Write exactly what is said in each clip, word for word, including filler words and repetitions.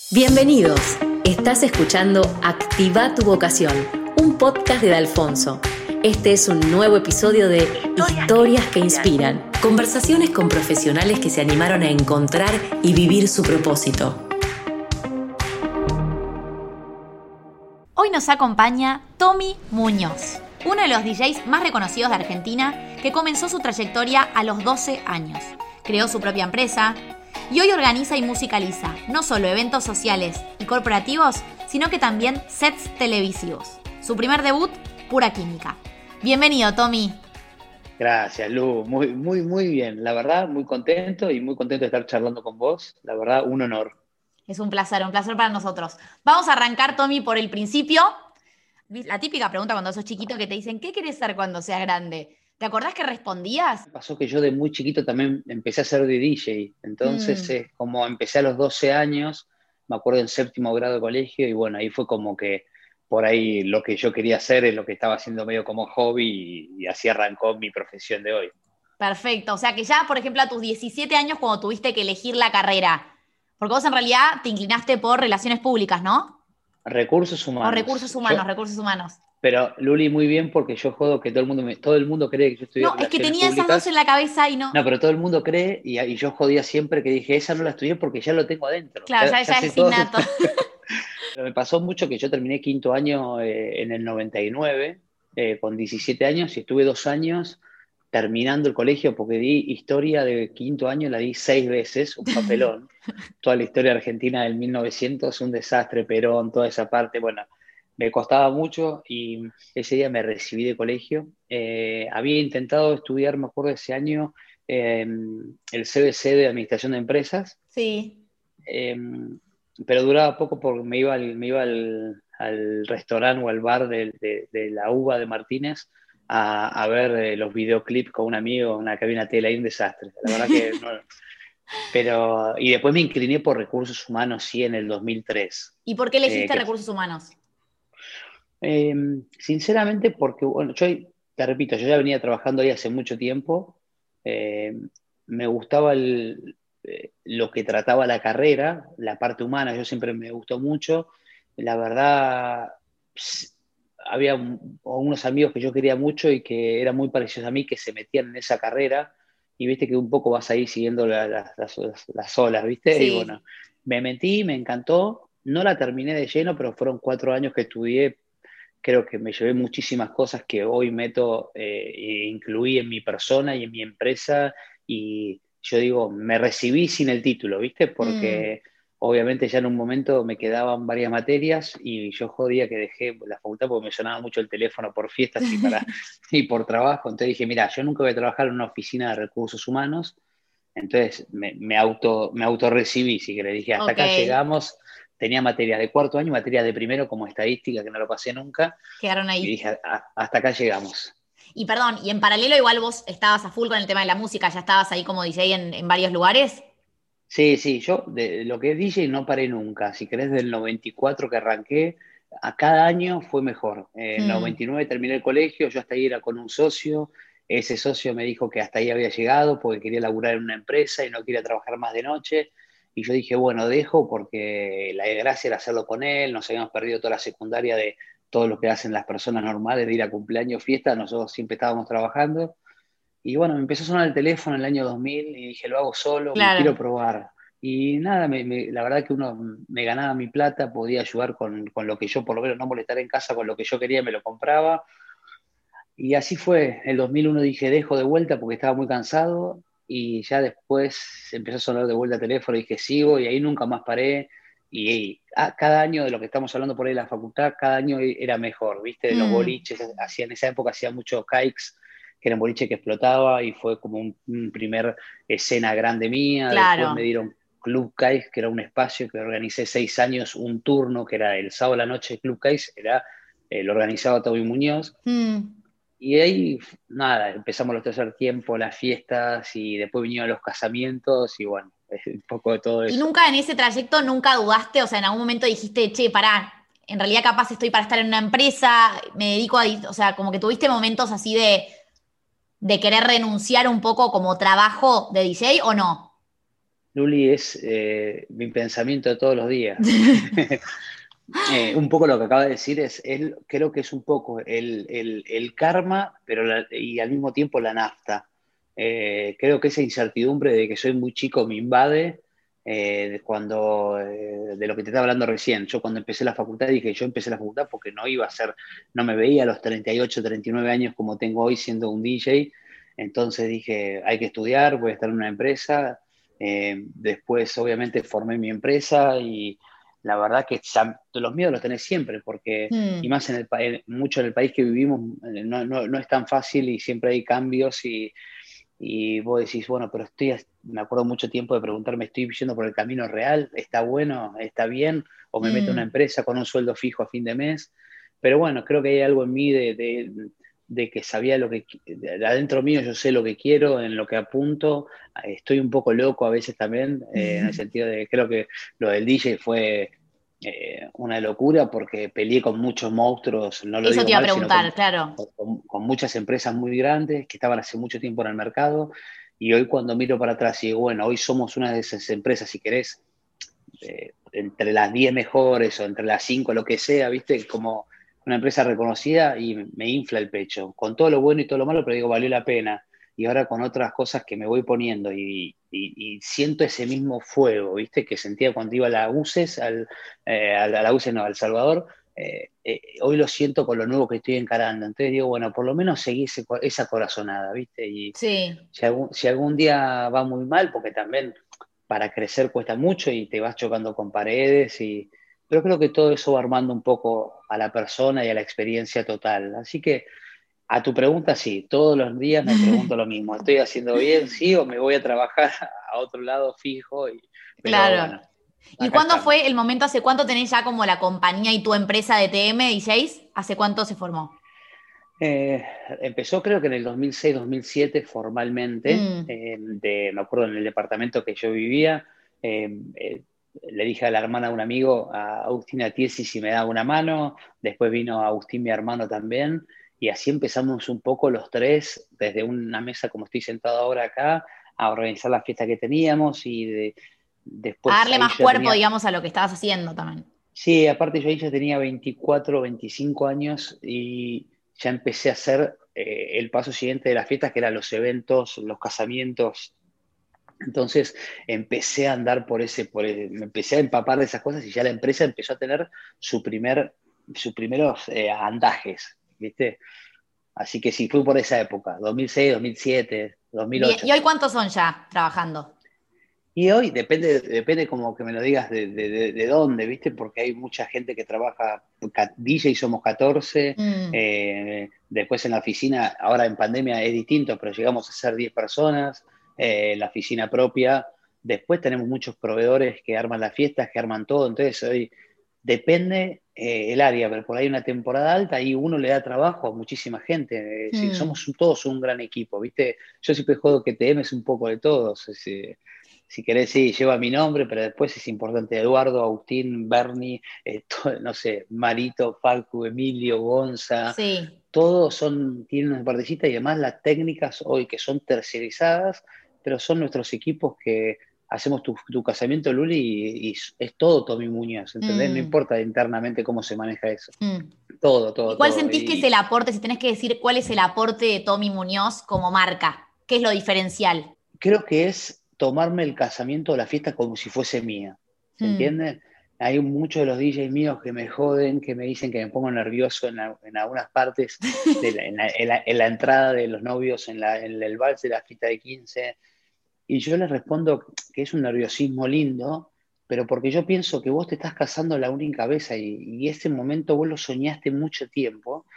Bienvenidos. Estás escuchando Activa tu vocación, un podcast de D'Alfonso. Este es un nuevo episodio de Historias que Inspiran. Conversaciones con profesionales que se animaron a encontrar y vivir su propósito. Hoy nos acompaña Tommy Muñoz, uno de los D Js más reconocidos de Argentina, que comenzó su trayectoria a los doce años. Creó su propia empresa y hoy organiza y musicaliza no solo eventos sociales y corporativos, sino que también sets televisivos. Su primer debut, Pura Química. Bienvenido, Tommy. Gracias, Lu. Muy, muy, muy bien. La verdad, muy contento y muy contento de estar charlando con vos. La verdad, un honor. Es un placer, un placer para nosotros. Vamos a arrancar, Tommy, por el principio. La típica pregunta cuando sos chiquito que te dicen, ¿qué querés ser cuando seas grande? ¿Te acordás que respondías? Pasó que yo de muy chiquito también empecé a ser de D J. Entonces, Mm. eh, como empecé a los doce años, me acuerdo en séptimo grado de colegio, y bueno, ahí fue como que por ahí lo que yo quería hacer es lo que estaba haciendo medio como hobby, y, y así arrancó mi profesión de hoy. Perfecto. O sea que ya, por ejemplo, a tus diecisiete años, cuando tuviste que elegir la carrera, porque vos en realidad te inclinaste por relaciones públicas, ¿no? Recursos O humanos. recursos humanos, Yo, recursos humanos. pero Luli, muy bien, porque yo jodo que todo el mundo, me- todo el mundo cree que yo estudié No, es que relaciones tenía esas dos en públicas. la cabeza y no. No, pero todo el mundo cree, y, y yo jodía siempre que dije, esa no la estudié porque ya lo tengo adentro, Claro, ya, ya, ya ya sé es todo. innato. Pero me pasó mucho que yo terminé quinto año eh, en el noventa y nueve, eh, con diecisiete años, y estuve dos años terminando el colegio porque di historia de quinto año, la di seis veces, un papelón. Toda la historia argentina del mil novecientos, un desastre, Perón, toda esa parte, bueno, me costaba mucho, y ese día me recibí de colegio. Eh, había intentado estudiar, me acuerdo ese año, eh, el C B C de Administración de Empresas. Sí. Eh, pero duraba poco porque me iba al, me iba al, al restaurante o al bar de, de, de la Uva de Martínez a, a ver eh, los videoclips con un amigo, una cabina tele, ahí un desastre. La verdad que no. Pero, y después me incliné por recursos humanos, sí, en el dos mil tres. ¿Y por qué Eh, elegiste que, recursos humanos? eh, Sinceramente, porque, bueno, yo, te repito, yo ya venía trabajando ahí hace mucho tiempo. eh, Me gustaba el, eh, lo que trataba la carrera, la parte humana, yo siempre me gustó mucho. La verdad, ps, había un- unos amigos que yo quería mucho y que eran muy parecidos a mí, que se metían en esa carrera, y viste que un poco vas ahí siguiendo la- la- las, las- las olas, ¿viste? Y bueno, Sí. me metí, me encantó. No la terminé de lleno, pero fueron cuatro años que estudié. Creo que me llevé muchísimas cosas que hoy meto, eh, e incluí en mi persona y en mi empresa, y yo digo, me recibí sin el título, ¿viste? Mm. Porque obviamente ya en un momento me quedaban varias materias, y yo jodía que dejé la facultad porque me sonaba mucho el teléfono por fiestas y, para, y por trabajo. Entonces dije, mira, yo nunca voy a trabajar en una oficina de recursos humanos. Entonces me, me auto, me autorrecibí, sí, que le dije, hasta Ok. acá llegamos. Tenía materia de cuarto año, materia de primero como estadística, que no lo pasé nunca, Quedaron y ahí. dije, "A- hasta acá llegamos". Y perdón, y en paralelo igual vos estabas a full con el tema de la música, ya estabas ahí como D J en, en varios lugares. Sí, sí, yo de lo que es D J no paré nunca. Si querés, del noventa y cuatro que arranqué, a cada año fue mejor. En el Mm. noventa y nueve terminé el colegio, yo hasta ahí era con un socio. Ese socio me dijo que hasta ahí había llegado porque quería laburar en una empresa y no quería trabajar más de noche. Y yo dije, bueno, dejo, porque la gracia era hacerlo con él. Nos habíamos perdido toda la secundaria de todo lo que hacen las personas normales, de ir a cumpleaños, fiestas. Nosotros siempre estábamos trabajando. Y bueno, me empezó a sonar el teléfono en el año dos mil y dije, lo hago solo, me quiero Claro. probar. Y nada, me- me- la verdad que uno me ganaba mi plata, podía ayudar con, con lo que yo, por lo menos no molestar en casa, con lo que yo quería me lo compraba. Y así fue. El dos mil uno dije, dejo de vuelta porque estaba muy cansado, y ya después empezó a sonar de vuelta el teléfono y dije, sigo, y ahí nunca más paré. Y, y, ah, cada año de lo que estamos hablando por ahí de la facultad, cada año era mejor, ¿viste? De los Mm. boliches, hacía, en esa época hacía mucho kikes, que era un boliche que explotaba, y fue como un, un primer escena grande mía. Después me Claro. dieron Club Kikes, que era un espacio que organicé seis años, un turno que era el sábado a la noche. Club Kikes era, eh, lo organizaba Toby Muñoz. Mm. Y ahí, nada, empezamos los tercer tiempo, las fiestas, y después vinieron los casamientos, y bueno, un poco de todo Y eso. nunca en ese trayecto, nunca dudaste, o sea, en algún momento dijiste, che, pará, en realidad capaz estoy para estar en una empresa, me dedico a, o sea, como que tuviste momentos así de, de querer renunciar un poco como trabajo de D J o no. Luli, es eh, mi pensamiento de todos los días. Eh, un poco lo que acaba de decir es, él creo que es un poco el, el- el karma, pero la- y al mismo tiempo la nafta. Eh, creo que esa incertidumbre de que soy muy chico me invade eh, de cuando, eh, de lo que te estaba hablando recién. Yo cuando empecé la facultad dije, yo empecé la facultad porque no iba a ser, no me veía a los treinta y ocho, treinta y nueve años como tengo hoy siendo un D J. Entonces dije, hay que estudiar, voy a estar en una empresa. Eh, después, obviamente, formé mi empresa y la verdad que ya- los miedos los tenés siempre, porque, y Mm. más en el, pa- en- mucho en el país que vivimos, eh, no, no- no es tan fácil y siempre hay cambios y, y vos decís, bueno, pero estoy, as- me acuerdo mucho tiempo de preguntarme, ¿estoy yendo por el camino real? ¿Está bueno? ¿Está bien? ¿O me meto en una Mm. empresa con un sueldo fijo a fin de mes? Pero bueno, creo que hay algo en mí de, de- de que sabía lo que, de adentro mío yo sé lo que quiero, en lo que apunto. Estoy un poco loco a veces también, eh, en el sentido de, creo que lo del D J fue eh, una locura porque peleé con muchos monstruos, no lo Eso digo te iba a mal, sino con, preguntar, claro. con, con muchas empresas muy grandes que estaban hace mucho tiempo en el mercado. Y hoy cuando miro para atrás y digo, bueno, hoy somos una de esas empresas, si querés, eh, entre las diez mejores o entre las cinco, lo que sea, ¿viste? Como una empresa reconocida y me infla el pecho, con todo lo bueno y todo lo malo, pero digo, valió la pena. Y ahora con otras cosas que me voy poniendo y, y- y siento ese mismo fuego, ¿viste? Que sentía cuando iba a la UCES, al, eh, a la a la UCES no, al Salvador. Eh, eh, hoy lo siento con lo nuevo que estoy encarando. Entonces digo, bueno, por lo menos seguí ese co- esa corazonada, ¿viste? Y Sí. si algún, si algún día va muy mal, porque también para crecer cuesta mucho y te vas chocando con paredes, y, pero creo que todo eso va armando un poco a la persona y a la experiencia total. Así que a tu pregunta, sí, todos los días me pregunto lo mismo, ¿estoy haciendo bien, sí, o me voy a trabajar a otro lado fijo? Y, pero Claro. bueno, ¿Y acá cuándo estamos. fue el momento? ¿Hace cuánto tenés ya como la compañía y tu empresa de T M D Js? ¿Hace cuánto se formó? Eh, Empezó creo que en el dos mil seis, dos mil siete formalmente, Mm. eh, de, me acuerdo en el departamento que yo vivía, eh, eh, le dije a la hermana de un amigo, a Agustina Tiesi, si me daba una mano, después vino Agustín, mi hermano también, y así empezamos un poco los tres, desde una mesa como estoy sentado ahora acá, a organizar la fiesta que teníamos y de- A después darle ahí más yo ya cuerpo, tenía. digamos, a lo que estabas haciendo también. Sí, aparte yo ahí ya tenía veinticuatro, veinticinco años y ya empecé a hacer eh, el paso siguiente de las fiestas, que eran los eventos, los casamientos. Entonces empecé a andar por ese, por el- me empecé a empapar de esas cosas y ya la empresa empezó a tener su primer, sus primeros eh, andajes, ¿viste? Así que sí, fui por esa época, dos mil seis, dos mil siete, Bien. ¿Y dos mil ocho. hoy cuántos son ya trabajando? Y hoy depende, depende como que me lo digas de, de, de- de dónde, ¿viste? Porque hay mucha gente que trabaja, ca- D J somos catorce, Mm. eh, después en la oficina, ahora en pandemia es distinto, pero llegamos a ser diez personas, eh, en la oficina propia. Después tenemos muchos proveedores que arman las fiestas, que arman todo, entonces hoy depende eh, el área, pero por ahí una temporada alta y uno le da trabajo a muchísima gente. Eh, sí, Mm. somos un- todos un gran equipo, ¿viste? Yo siempre juego que T M es un poco de todos. es, eh, si querés, sí, lleva mi nombre, pero después es importante Eduardo, Agustín, Bernie, eh, to- no sé, Marito, Falcu, Emilio, Gonza, Sí. todos son, tienen una partecita y además las técnicas hoy que son tercerizadas, pero son nuestros equipos que hacemos tu, tu casamiento, Luli, y, y es todo Tommy Muñoz, ¿entendés? No Mm. importa internamente cómo se maneja eso. Mm. Todo, ¿Y todo, cuál todo. sentís que es Y el aporte, si tenés que decir cuál es el aporte de Tommy Muñoz como marca? ¿Qué es lo diferencial? creo que es tomarme el casamiento o la fiesta como si fuese mía. ¿Se Mm. entiende? Hay muchos de los D Js míos que me joden, que me dicen que me pongo nervioso en, la- en algunas partes, de la- en, la, en la- en la entrada de los novios, en, la, en el vals de la fiesta de quince. Y yo les respondo que es un nerviosismo lindo, pero porque yo pienso que vos te estás casando la única cabeza y, y ese momento vos lo soñaste mucho tiempo.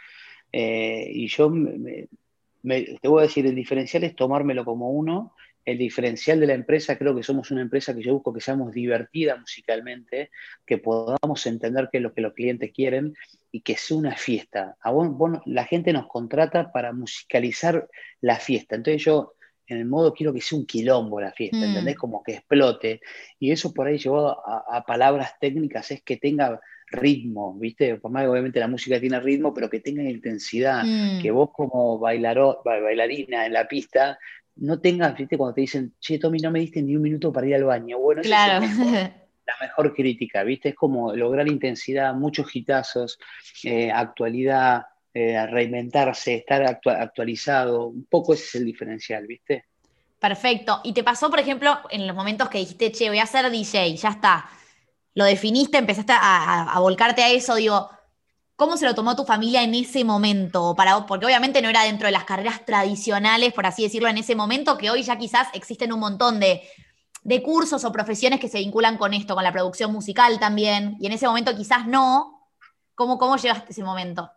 Eh, y yo me, me- me- te voy a decir, el diferencial es tomármelo como uno. El diferencial de la empresa, creo que somos una empresa que yo busco que seamos divertida musicalmente, que podamos entender qué es lo que los clientes quieren y que sea una fiesta. A vos, vos no- la gente nos contrata para musicalizar la fiesta. Entonces yo, en el modo, quiero que sea un quilombo la fiesta, ¿entendés? Mm. Como que explote. Y eso por ahí llevado a, a palabras técnicas es que tenga ritmo, ¿viste? Por más que obviamente la música tiene ritmo, pero que tenga intensidad, que Mm. vos como bailaro, ba- bailarina en la pista no tengas, viste, cuando te dicen, che, Tommy, no me diste ni un minuto para ir al baño. Bueno, ese es el Claro. mejor, la mejor crítica, viste, es como lograr intensidad, muchos hitazos, eh, actualidad, eh, reinventarse, estar actua- actualizado, un poco ese es el diferencial, viste. Perfecto. ¿Y te pasó, por ejemplo, en los momentos que dijiste, che, voy a ser D J, ya está? Lo definiste, empezaste a, a- a volcarte a eso, digo, ¿cómo se lo tomó tu familia en ese momento? Para, vos? Porque obviamente no era dentro de las carreras tradicionales, por así decirlo, en ese momento, que hoy ya quizás existen un montón de, de cursos o profesiones que se vinculan con esto, con la producción musical también, y en ese momento quizás no. ¿Cómo, cómo llegaste ese momento?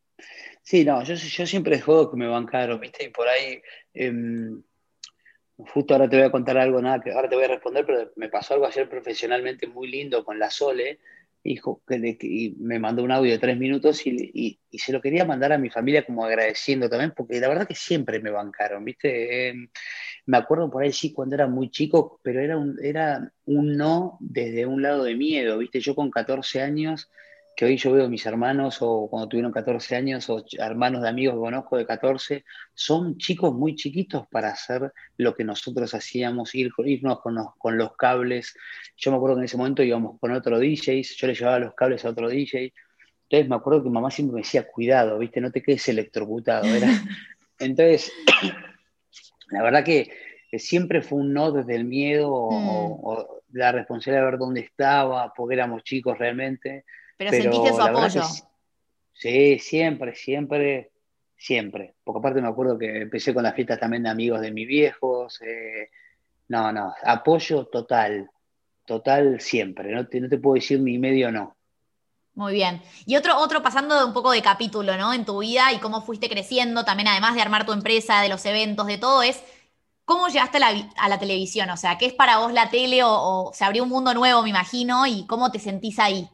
Sí, no, yo, yo siempre juego que me bancaron, viste, y por ahí... em, Justo ahora te voy a contar algo, nada, que ahora te voy a responder, pero me pasó algo ayer profesionalmente muy lindo con la Sole, hijo, que, le- que- y me mandó un audio de tres minutos y, y- y se lo quería mandar a mi familia como agradeciendo también, porque la verdad que siempre me bancaron, ¿viste? Eh, me acuerdo por ahí sí cuando era muy chico, pero era un, era un no desde un lado de miedo, ¿viste? Yo con catorce años, que hoy yo veo a mis hermanos, o cuando tuvieron catorce años, o ch- hermanos de amigos que conozco de catorce, son chicos muy chiquitos para hacer lo que nosotros hacíamos, ir, irnos con los, con los cables. Yo me acuerdo que en ese momento íbamos con otro D J, yo le llevaba los cables a otro D J. Entonces me acuerdo que mamá siempre me decía, cuidado, ¿viste? No te quedes electrocutado. Era... Entonces, la verdad que eh, siempre fue un no desde el miedo Mm, o, o la responsabilidad de ver dónde estaba, porque éramos chicos realmente. pero sentiste Pero su la verdad que apoyo. sí, sí, siempre, siempre, siempre. Porque aparte me acuerdo que empecé con las fiestas también de amigos de mis viejos. eh, no, no, apoyo total, total siempre. No te, no te puedo decir ni medio no. Muy bien. Y otro, otro pasando un poco de capítulo, ¿no? En tu vida y cómo fuiste creciendo, también además de armar tu empresa, de los eventos, de todo, es cómo llegaste a la, vi- a la televisión. O sea, ¿qué es para vos la tele? O, o se abrió un mundo nuevo, me imagino, y cómo te sentís ahí.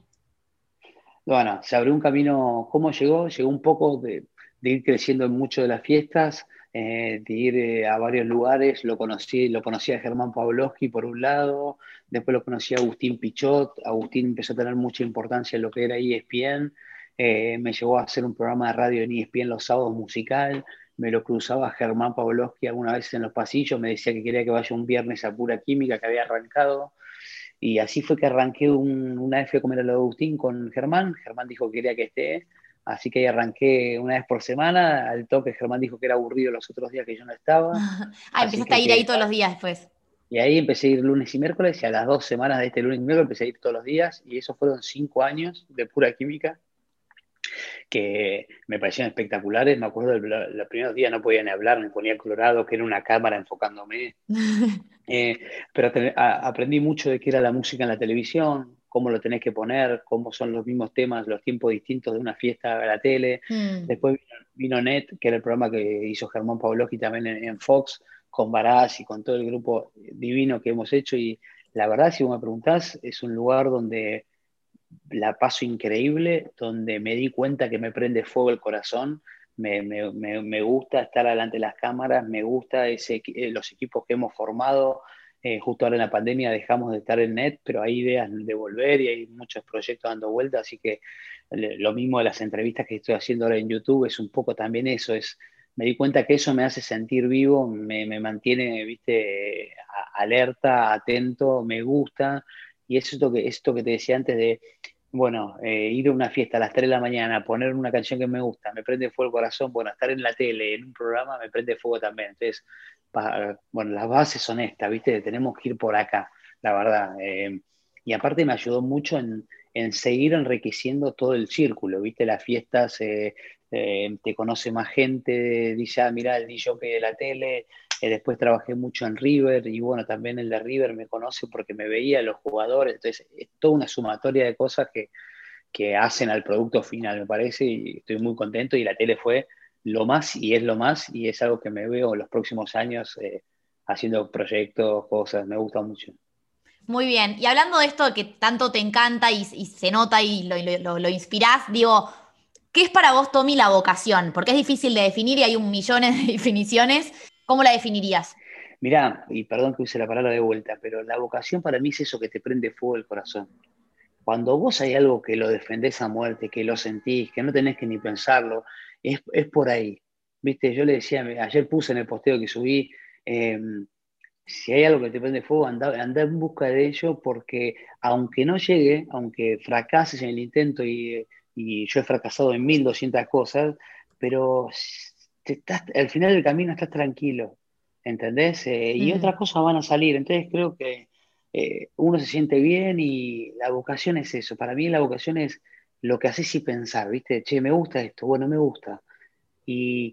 Bueno, se abrió un camino. ¿Cómo llegó? Llegó un poco de, de ir creciendo en mucho de las fiestas, eh, de ir eh, a varios lugares. Lo conocí, lo conocí a Germán Pavlovsky por un lado, después lo conocí a Agustín Pichot. Agustín empezó a tener mucha importancia en lo que era E S P N. Eh, me llevó a hacer un programa de radio en E S P N los sábados musical. Me lo cruzaba Germán Pavlovsky alguna vez en los pasillos. Me decía que quería que vaya un viernes a Pura Química que había arrancado. Y así fue que arranqué un- una vez fui a comer al Agustín con Germán. Germán dijo que quería que esté. Así que ahí arranqué una vez por semana. Al toque Germán dijo que era aburrido los otros días que yo no estaba. Ah, Así empezaste a que, ir ahí que todos los días después. y ahí empecé a ir lunes y miércoles. Y a las dos semanas de este lunes y miércoles empecé a ir todos los días. Y eso fueron cinco años de pura química que me parecían espectaculares. Me acuerdo de la- los primeros días no podía ni hablar, me ponía colorado, que era una cámara enfocándome. Eh, pero te- a- aprendí mucho de qué era la música en la televisión, cómo lo tenés que poner, cómo son los mismos temas, los tiempos distintos de una fiesta a la tele. Mm. Después vino, vino Net, que era el programa que hizo Germán Pavlovsky también en, en Fox, con Barás y con todo el grupo divino que hemos hecho. Y la verdad, si vos me preguntás, es un lugar donde la paso increíble, donde me di cuenta que me prende fuego el corazón. Me, me, me, me gusta estar delante de las cámaras, me gusta ese, eh, los equipos que hemos formado. Eh, justo ahora en la pandemia dejamos de estar en net, pero hay ideas de volver y hay muchos proyectos dando vueltas, así que le- lo mismo de las entrevistas que estoy haciendo ahora en YouTube es un poco también eso, es, me di cuenta que eso me hace sentir vivo, me, me mantiene, viste, a- alerta, atento, me gusta, y eso es lo que, esto que te decía antes de bueno, eh, ir a una fiesta a las tres de la mañana, poner una canción que me gusta, me prende fuego el corazón, bueno, estar en la tele, en un programa, me prende fuego también. Entonces, pa- bueno, las bases son estas, ¿viste? Tenemos que ir por acá, la verdad. Eh, y aparte me ayudó mucho en, en seguir enriqueciendo todo el círculo, ¿viste? Las fiestas, eh, eh, te conoce más gente, dice, ah, mirá, el D J de la tele. Eh, después trabajé mucho en River y bueno, también el de River me conoce porque me veía los jugadores, entonces es toda una sumatoria de cosas que, que hacen al producto final, me parece, y estoy muy contento y la tele fue lo más y es lo más y es algo que me veo en los próximos años eh, haciendo proyectos, cosas, me gusta mucho. Muy bien. Y hablando de esto que tanto te encanta y, y se nota y lo, lo, lo- lo inspirás, digo, ¿qué es para vos, Tommy, la vocación? Porque es difícil de definir y hay un millón de definiciones. ¿Cómo la definirías? Mirá, y perdón que use la palabra de vuelta, pero la vocación para mí es eso que te prende fuego el corazón. Cuando vos hay algo que lo defendés a muerte, que lo sentís, que no tenés que ni pensarlo, es, es por ahí. Viste, yo le decía, ayer puse en el posteo que subí, eh, si hay algo que te prende fuego, anda, anda en busca de ello, porque aunque no llegue, aunque fracases en el intento, y, y yo he fracasado en mil doscientas cosas, pero te estás, al final del camino estás tranquilo, ¿entendés? Eh, y Mm. otras cosas van a salir, entonces creo que eh, uno se siente bien y la vocación es eso. Para mí la vocación es lo que haces y pensar, ¿viste? Che, me gusta esto, bueno, me gusta. Y,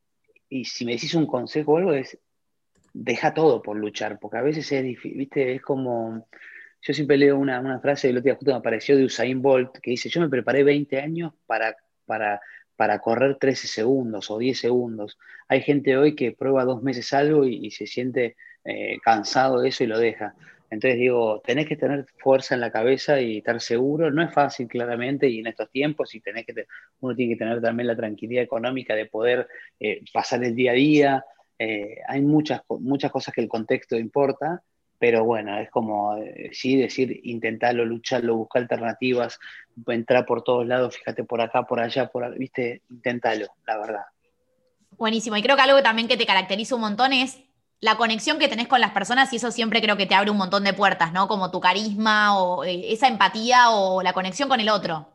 y si me decís un consejo o algo es deja todo por luchar, porque a veces es difícil, ¿viste? Es como, yo siempre leo una, una frase, el otro día justo me apareció de Usain Bolt, que dice, yo me preparé veinte años para, para, para correr trece segundos o diez segundos. Hay gente hoy que prueba dos meses algo y, y se siente eh, cansado de eso y lo deja. Entonces digo, tenés que tener fuerza en la cabeza y estar seguro. No es fácil, claramente, y en estos tiempos, y tenés que te- uno tiene que tener también la tranquilidad económica de poder eh, pasar el día a día. Eh, hay muchas, muchas cosas que el contexto importa, pero bueno, es como, eh, sí, decir, intentarlo, lucharlo, buscar alternativas, entrar por todos lados, fíjate por acá, por allá, por, viste, intentalo, la verdad. Buenísimo. Y creo que algo también que te caracteriza un montón es la conexión que tenés con las personas y eso siempre creo que te abre un montón de puertas, ¿no? Como tu carisma o eh, esa empatía o la conexión con el otro.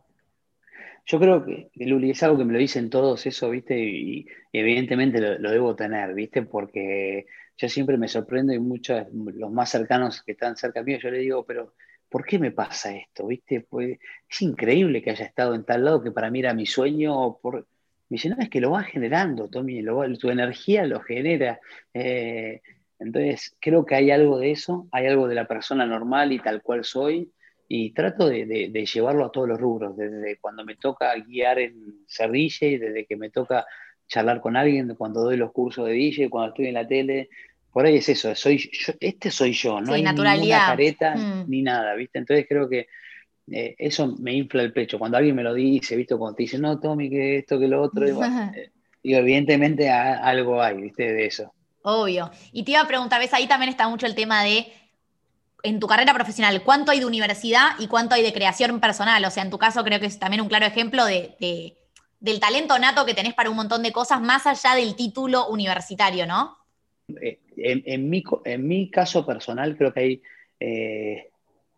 Yo creo que, Luli, es algo que me lo dicen todos eso, viste, y, y evidentemente lo, lo debo tener, viste, porque yo siempre me sorprendo y muchos, los más cercanos que están cerca mío, yo le digo, pero ¿por qué me pasa esto? ¿Viste? Pues es increíble que haya estado en tal lado que para mí era mi sueño. Por... Me dice, no, es que lo vas generando, Tommy, lo va- tu energía lo genera. Eh, entonces, creo que hay algo de eso, hay algo de la persona normal y tal cual soy, y trato de, de- de llevarlo a todos los rubros, desde cuando me toca guiar en ser D J, desde que me toca charlar con alguien, cuando doy los cursos de D J, cuando estoy en la tele. Por ahí es eso, soy yo, este soy yo, no Sí, hay ninguna naturalidad. careta Mm. ni nada, ¿viste? Entonces creo que eh, eso me infla el pecho. Cuando alguien me lo dice, ¿viste? Cuando te dicen, no, Tommy, que esto, que lo otro, y bueno, eh, digo, evidentemente a- algo hay, ¿viste? De eso. Obvio. Y te iba a preguntar, ves, ahí también está mucho el tema de, en tu carrera profesional, ¿cuánto hay de universidad y cuánto hay de creación personal? O sea, en tu caso creo que es también un claro ejemplo de, de- del talento nato que tenés para un montón de cosas más allá del título universitario, ¿no? Eh, en, en mi, co- en mi caso personal, creo que hay eh,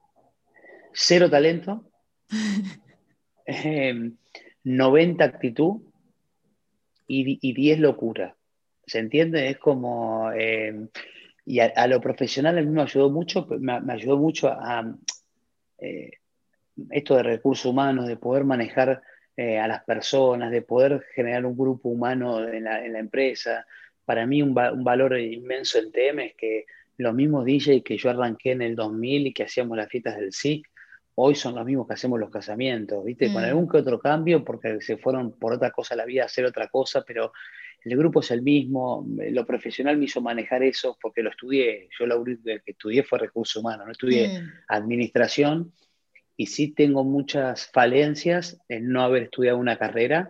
cero talento, eh, noventa actitud y, y diez locura. ¿Se entiende? Es como, eh, y a, a, lo profesional a mí me ayudó mucho, me, me ayudó mucho a, eh, esto de recursos humanos, de poder manejar eh, a las personas, de poder generar un grupo humano en la, en la empresa. Para mí un, va, un, valor inmenso en T M es que los mismos D J que yo arranqué en el dos mil y que hacíamos las fiestas del S I C, hoy son los mismos que hacemos los casamientos, ¿viste? Con Mm, algún que otro cambio, porque se fueron por otra cosa a la vida a hacer otra cosa, pero el grupo es el mismo. Lo profesional me hizo manejar eso porque lo estudié. Yo lo único que estudié fue recursos humanos, no estudié mm. administración, y sí tengo muchas falencias en no haber estudiado una carrera.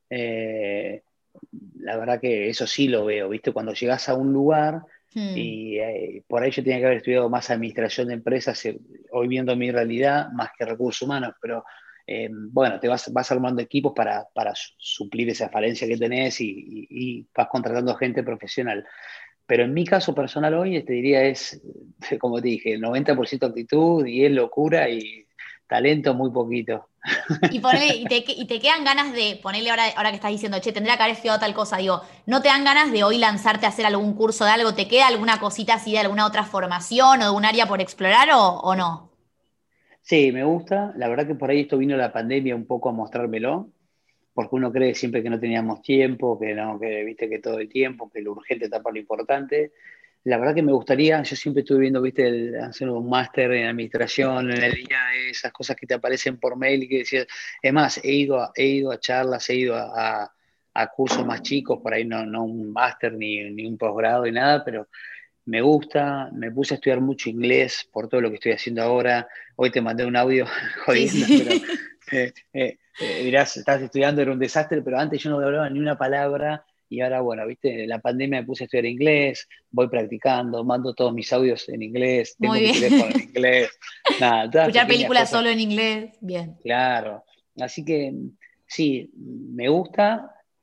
Eh, la verdad que eso sí lo veo, ¿viste? Cuando llegas a un lugar Hmm. y eh, por ahí yo tenía que haber estudiado más administración de empresas, eh, hoy viendo mi realidad, más que recursos humanos, pero eh, bueno, te vas, vas armando equipos para, para suplir esa falencia que tenés y, y, y vas contratando gente profesional. Pero en mi caso personal hoy, te diría, es, como te dije, noventa por ciento actitud, diez locura y talento muy poquito. Y, ponele, y, te, y te quedan ganas de ponerle ahora, ahora que estás diciendo, che, tendría que haber estudiado tal cosa. Digo, ¿no te dan ganas de hoy lanzarte a hacer algún curso de algo? ¿Te queda alguna cosita así de alguna otra formación o de un área por explorar o, o no? Sí, me gusta. La verdad que por ahí esto vino la pandemia un poco a mostrármelo, porque uno cree siempre que no teníamos tiempo, que no, que viste que todo el tiempo, que lo urgente tapa lo importante. La verdad que me gustaría, yo siempre estuve viendo, viste, el, hacer un máster en administración, en el I A E, esas cosas que te aparecen por mail y que decías, es más, he ido a, he ido a charlas, he ido a, a, a cursos más chicos, por ahí no, no un máster ni, ni un posgrado ni nada, pero me gusta. Me puse a estudiar mucho inglés por todo lo que estoy haciendo ahora. Hoy te mandé un audio Sí, jodiendo, pero sí. eh, eh, eh, dirás, estás estudiando, era un desastre, pero antes yo no hablaba ni una palabra y ahora, bueno, viste, en la pandemia me puse a estudiar inglés, voy practicando, mando todos mis audios en inglés, Muy tengo mi teléfono en bien. inglés, nada, todas Escuchar pequeñas películas cosas, solo en inglés. Bien. claro. Así que sí, me gusta,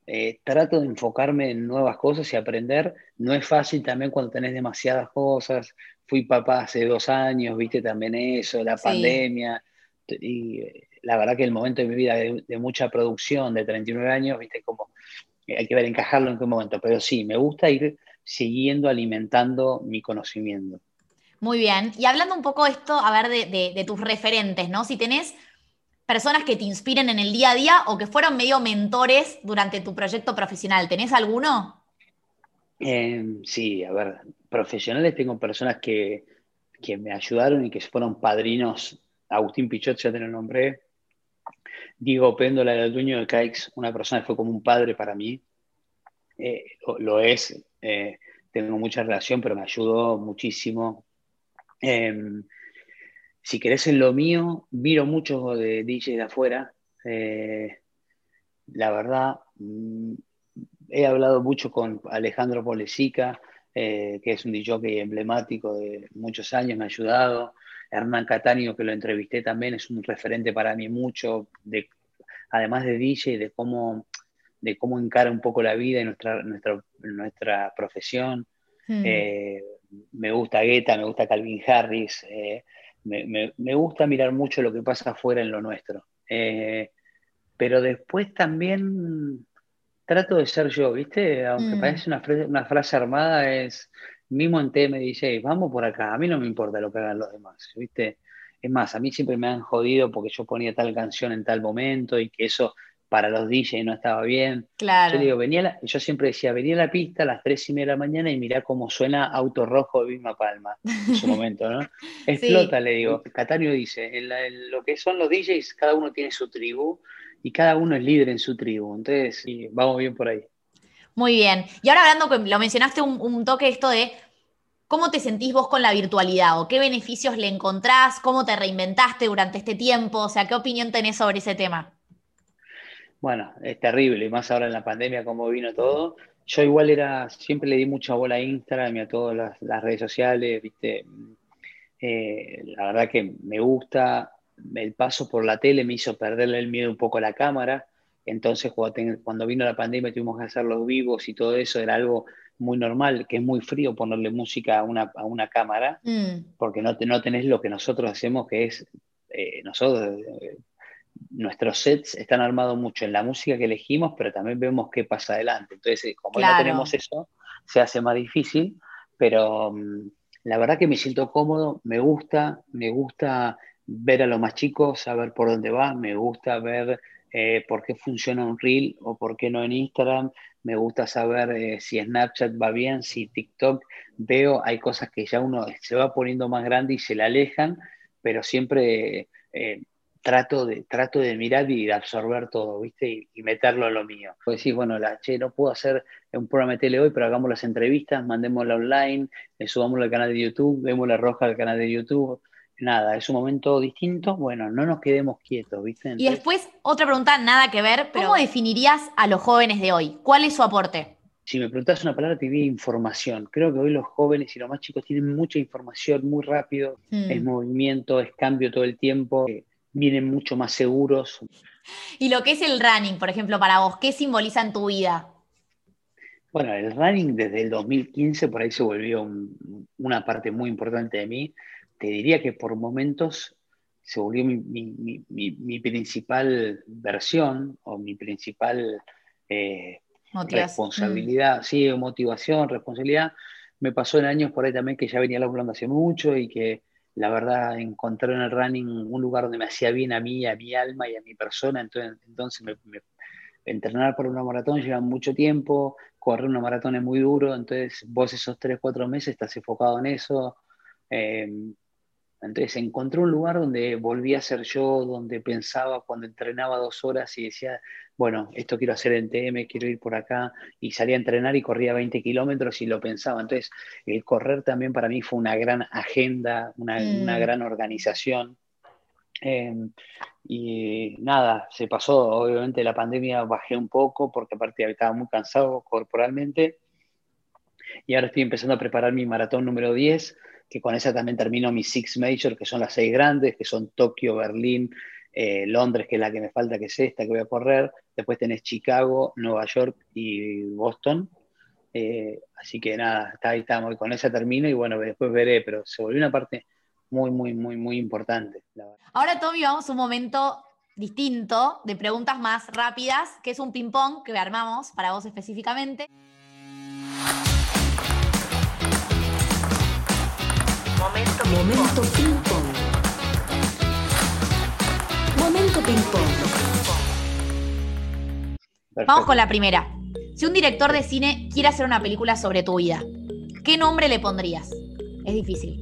eh, trato de enfocarme en nuevas cosas y aprender. No es fácil también cuando tenés demasiadas cosas. Fui papá hace dos años, viste también eso, la Sí. pandemia. Y eh, la verdad que el momento de mi vida de, de mucha producción, de treinta y nueve años, viste, como hay que ver, encajarlo en qué momento. Pero sí, me gusta ir siguiendo alimentando mi conocimiento. Muy bien. Y hablando un poco esto, a ver, de, de- de tus referentes, ¿no? Si tenés personas que te inspiren en el día a día o que fueron medio mentores durante tu proyecto profesional, ¿tenés alguno? Eh, sí, a ver, profesionales tengo personas que, que me ayudaron y que fueron padrinos. Agustín Pichot, ya te lo nombré. Diego Péndola, el dueño de Caix, una persona que fue como un padre para mí. Eh, lo, lo es. Eh, tengo mucha relación, pero me ayudó muchísimo. Eh, si querés en lo mío, miro mucho de D J de afuera. Eh, la verdad, mm, he hablado mucho con Alejandro Polesica, eh, que es un D J emblemático de muchos años, me ha ayudado. Hernán Cataño, que lo entrevisté también, es un referente para mí mucho, de, además de D J, de cómo, de cómo encara un poco la vida y nuestra, nuestra, nuestra profesión. Hmm. Eh, Me gusta Guetta, me gusta Calvin Harris, eh, me, me, me, gusta mirar mucho lo que pasa afuera en lo nuestro. Eh, pero después también trato de ser yo, ¿viste? Aunque Mm. parece una, fre- una frase armada, es mismo en T M D J, vamos por acá, a mí no me importa lo que hagan los demás, ¿viste? Es más, a mí siempre me han jodido porque yo ponía tal canción en tal momento y que eso para los D J no estaba bien. Yo le Claro. digo, venía a la- yo siempre decía, venía a la pista a las tres y media de la mañana y mirá cómo suena Auto Rojo de Vilma Palma en su momento, ¿no? Explota, Sí, le digo. Catario dice, en, la- en lo que son los D Js, cada uno tiene su tribu y cada uno es líder en su tribu. Entonces, sí, vamos bien por ahí. muy bien. Y ahora hablando, que lo mencionaste un, un toque esto de cómo te sentís vos con la virtualidad o qué beneficios le encontrás, cómo te reinventaste durante este tiempo, o sea, ¿qué opinión tenés sobre ese tema? Bueno, es terrible, y más ahora en la pandemia, como vino todo. Yo igual era, siempre le di mucha bola a Instagram y a todas las, las redes sociales, ¿viste? Eh, la verdad que me gusta, el paso por la tele me hizo perderle el miedo un poco a la cámara, entonces cuando, ten- cuando vino la pandemia tuvimos que hacer los vivos y todo eso, era algo muy normal, que es muy frío ponerle música a una, a una cámara, Mm, porque no, te- no tenés lo que nosotros hacemos, que es, eh, nosotros, eh, nuestros sets están armados mucho en la música que elegimos, pero también vemos qué pasa adelante. Entonces, eh, como no tenemos claro. eso, se hace más difícil, pero mm, la verdad que me siento cómodo, me gusta, me gusta ver a los más chicos, saber por dónde va, me gusta ver eh, por qué funciona un reel o por qué no en Instagram, me gusta saber eh, si Snapchat va bien, si TikTok, veo, hay cosas que ya uno se va poniendo más grande y se le alejan, pero siempre... eh, trato de, trato de mirar y de absorber todo, ¿viste? Y, y meterlo en lo mío. Pues decís, bueno, la, che, no puedo hacer un programa de tele hoy, pero hagamos las entrevistas, mandémosla online, eh, subámosla al canal de YouTube, démosle roja al canal de YouTube. Nada, es un momento distinto. Bueno, no nos quedemos quietos, ¿viste? Y Entonces, después, otra pregunta, nada que ver, pero ¿cómo definirías a los jóvenes de hoy? ¿Cuál es su aporte? si me preguntás una palabra, te diría información. Creo que hoy los jóvenes y los más chicos tienen mucha información muy rápido, es Mm. movimiento, es cambio todo el tiempo, eh, vienen mucho más seguros. Y lo que es el running, por ejemplo, para vos, ¿qué simboliza en tu vida? Bueno, el running desde el dos mil quince por ahí se volvió un- una parte muy importante de mí. Te diría que por momentos se volvió mi, mi- mi- mi- mi principal versión o mi principal eh, Motivas. Mm. responsabilidad, sí, motivación, responsabilidad. Me pasó en años por ahí también que ya venía laburando hace mucho y que la verdad encontré en el running un lugar donde me hacía bien a mí, a mi alma y a mi persona. Entonces, entonces me, me entrenar para una maratón lleva mucho tiempo, correr una maratón es muy duro, entonces vos esos tres, cuatro meses estás enfocado en eso. Eh, entonces encontré un lugar donde volví a ser yo, donde pensaba cuando entrenaba dos horas y decía, bueno, esto quiero hacer en T M, quiero ir por acá, y salía a entrenar y corría veinte kilómetros y lo pensaba. Entonces el correr también para mí fue una gran agenda, una, una Mm. gran organización. Eh, y nada, se pasó, obviamente la pandemia bajé un poco porque aparte estaba muy cansado corporalmente y ahora estoy empezando a preparar mi maratón número diez que con esa también termino mis Six Major, que son las seis grandes, que son Tokio, Berlín, eh, Londres, que es la que me falta, que es esta, que voy a correr. Después tenés Chicago, Nueva York y Boston. Eh, así que nada, está, ahí estamos. Y con esa termino y bueno, después veré, pero se volvió una parte muy, muy, muy, muy importante. La verdad. Ahora, Tommy, vamos a un momento distinto de preguntas más rápidas, que es un ping-pong que armamos para vos específicamente. Momento, momento ping-pong. Momento ping-pong. Vamos con la primera. Si un director de cine quiere hacer una película sobre tu vida, ¿qué nombre le pondrías? Es difícil.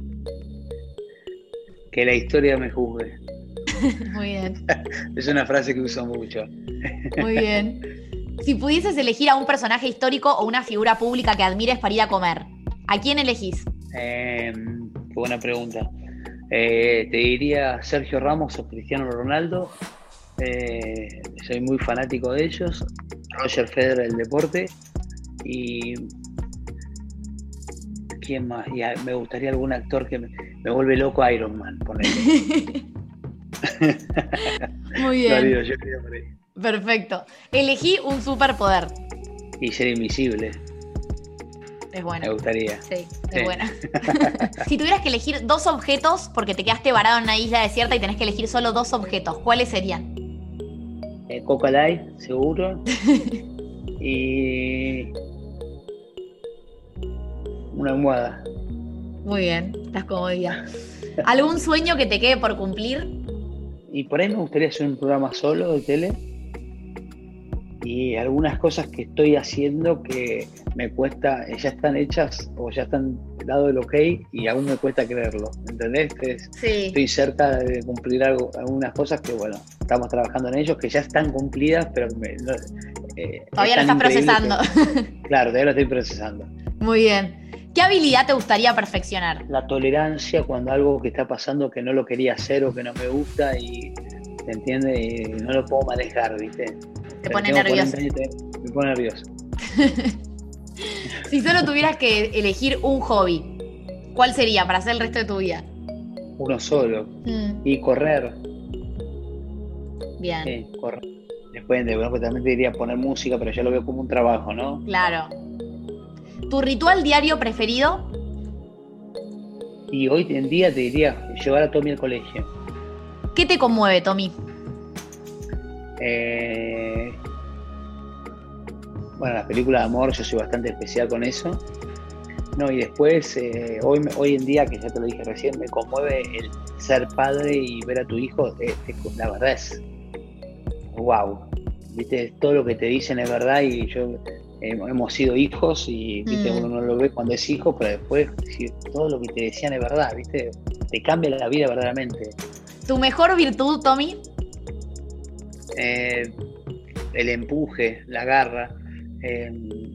Que la historia me juzgue. Muy bien. Es una frase que uso mucho. Muy bien. Si pudieses elegir a un personaje histórico o una figura pública que admires para ir a comer, ¿a quién elegís? Eh, qué buena pregunta. Eh, te diría Sergio Ramos o Cristiano Ronaldo. Eh, soy muy fanático de ellos. Roger Federer del deporte. Y ¿quién más? Y me gustaría algún actor que me, me vuelve loco, Iron Man, ponele. Muy bien. No, digo, yo quería por ahí. Perfecto. Elegí un superpoder. Y ser invisible. Es bueno. Me gustaría. Sí, es Sí. buena. Si tuvieras que elegir dos objetos, porque te quedaste varado en una isla desierta y tenés que elegir solo dos objetos, ¿cuáles serían? Eh, Coca Light, seguro. Y una almohada. Muy bien, estás comodidad. ¿Algún sueño que te quede por cumplir? Y por ahí me gustaría hacer un programa solo de tele. Y algunas cosas que estoy haciendo que me cuesta, ya están hechas o ya están dado el ok y aún me cuesta creerlo, ¿entendés? Es, Sí. Estoy cerca de cumplir algo, algunas cosas que, bueno, estamos trabajando en ellos, que ya están cumplidas, pero me, no, eh, Todavía lo es estás tan increíble procesando. que- claro, todavía lo estoy procesando. Muy bien. ¿Qué habilidad te gustaría perfeccionar? La tolerancia cuando algo que está pasando que no lo quería hacer o que no me gusta y, ¿se entiende? Y no lo puedo manejar, ¿viste? Te pone Tengo nervioso. cuarenta años, me pone nervioso. Si solo tuvieras que elegir un hobby, ¿cuál sería para hacer el resto de tu vida? Uno solo. Mm, Y correr. bien, Sí, correr. Depende, bueno, pues también te diría poner música, pero yo lo veo como un trabajo, ¿no? claro. ¿Tu ritual diario preferido? Y hoy en día te diría llevar a Tommy al colegio. ¿Qué te conmueve, Tommy? Eh, bueno, las películas de amor, yo soy bastante especial con eso. No, y después, eh, hoy, hoy en día, que ya te lo dije recién, me conmueve el ser padre y ver a tu hijo. Eh, eh, la verdad es, wow, viste, todo lo que te dicen es verdad y yo eh, hemos sido hijos y viste, Mm. uno no lo ve cuando es hijo, pero después si todo lo que te decían es verdad, viste, te cambia la vida verdaderamente. ¿Tu mejor virtud, Tommy? Eh, el empuje, la garra. Eh,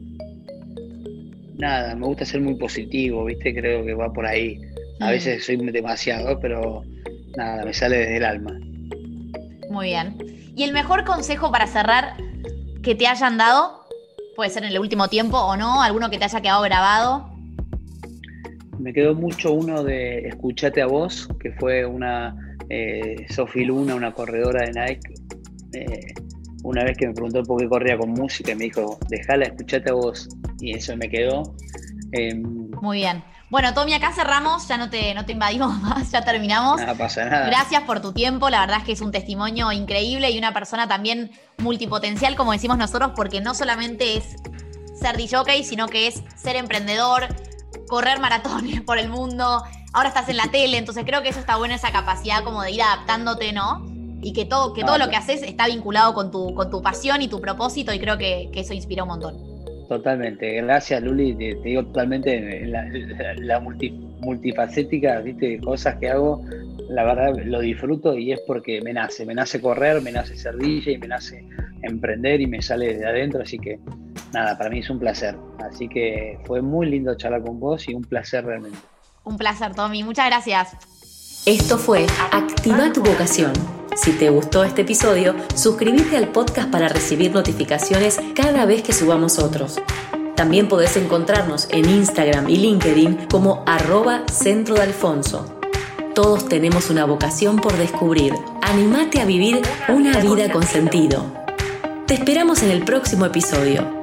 nada, me gusta ser muy positivo, ¿viste? Creo que va por ahí. A Mm. veces soy demasiado, pero nada, me sale desde el alma. Muy bien. ¿Y el mejor consejo para cerrar que te hayan dado? Puede ser en el último tiempo o no, alguno que te haya quedado grabado. Me quedó mucho uno de Escuchate a vos, que fue una eh, Sofi Luna, una corredora de Nike. Eh, una vez que me preguntó por qué corría con música y me dijo, dejala, escuchate a vos. Y eso me quedó. Eh, Muy bien. Bueno, Tommy, acá cerramos, ya no te, no te invadimos más, ya terminamos. nada pasa nada. Gracias por tu tiempo, la verdad es que es un testimonio increíble y una persona también multipotencial, como decimos nosotros, porque no solamente es ser D J, sino que es ser emprendedor, correr maratones por el mundo, ahora estás en la tele, entonces creo que eso está bueno, esa capacidad como de ir adaptándote, ¿no? Y que todo, que todo lo que haces está vinculado con tu, con tu pasión y tu propósito y creo que, que eso inspira un montón. Totalmente, gracias Luli, te, te digo totalmente, la, la, la multi, multifacética, viste, cosas que hago, la verdad lo disfruto y es porque me nace, me nace correr, me nace ser D J, me nace emprender y me sale de adentro, así que nada, para mí es un placer, así que fue muy lindo charlar con vos y un placer realmente. Un placer, Tommy, muchas gracias. Esto fue Activa tu vocación. Si te gustó este episodio, suscríbete al podcast para recibir notificaciones cada vez que subamos otros. También podés encontrarnos en Instagram y LinkedIn como arroba Centro de Alfonso. Todos tenemos una vocación por descubrir. Anímate a vivir una vida con sentido. Te esperamos en el próximo episodio.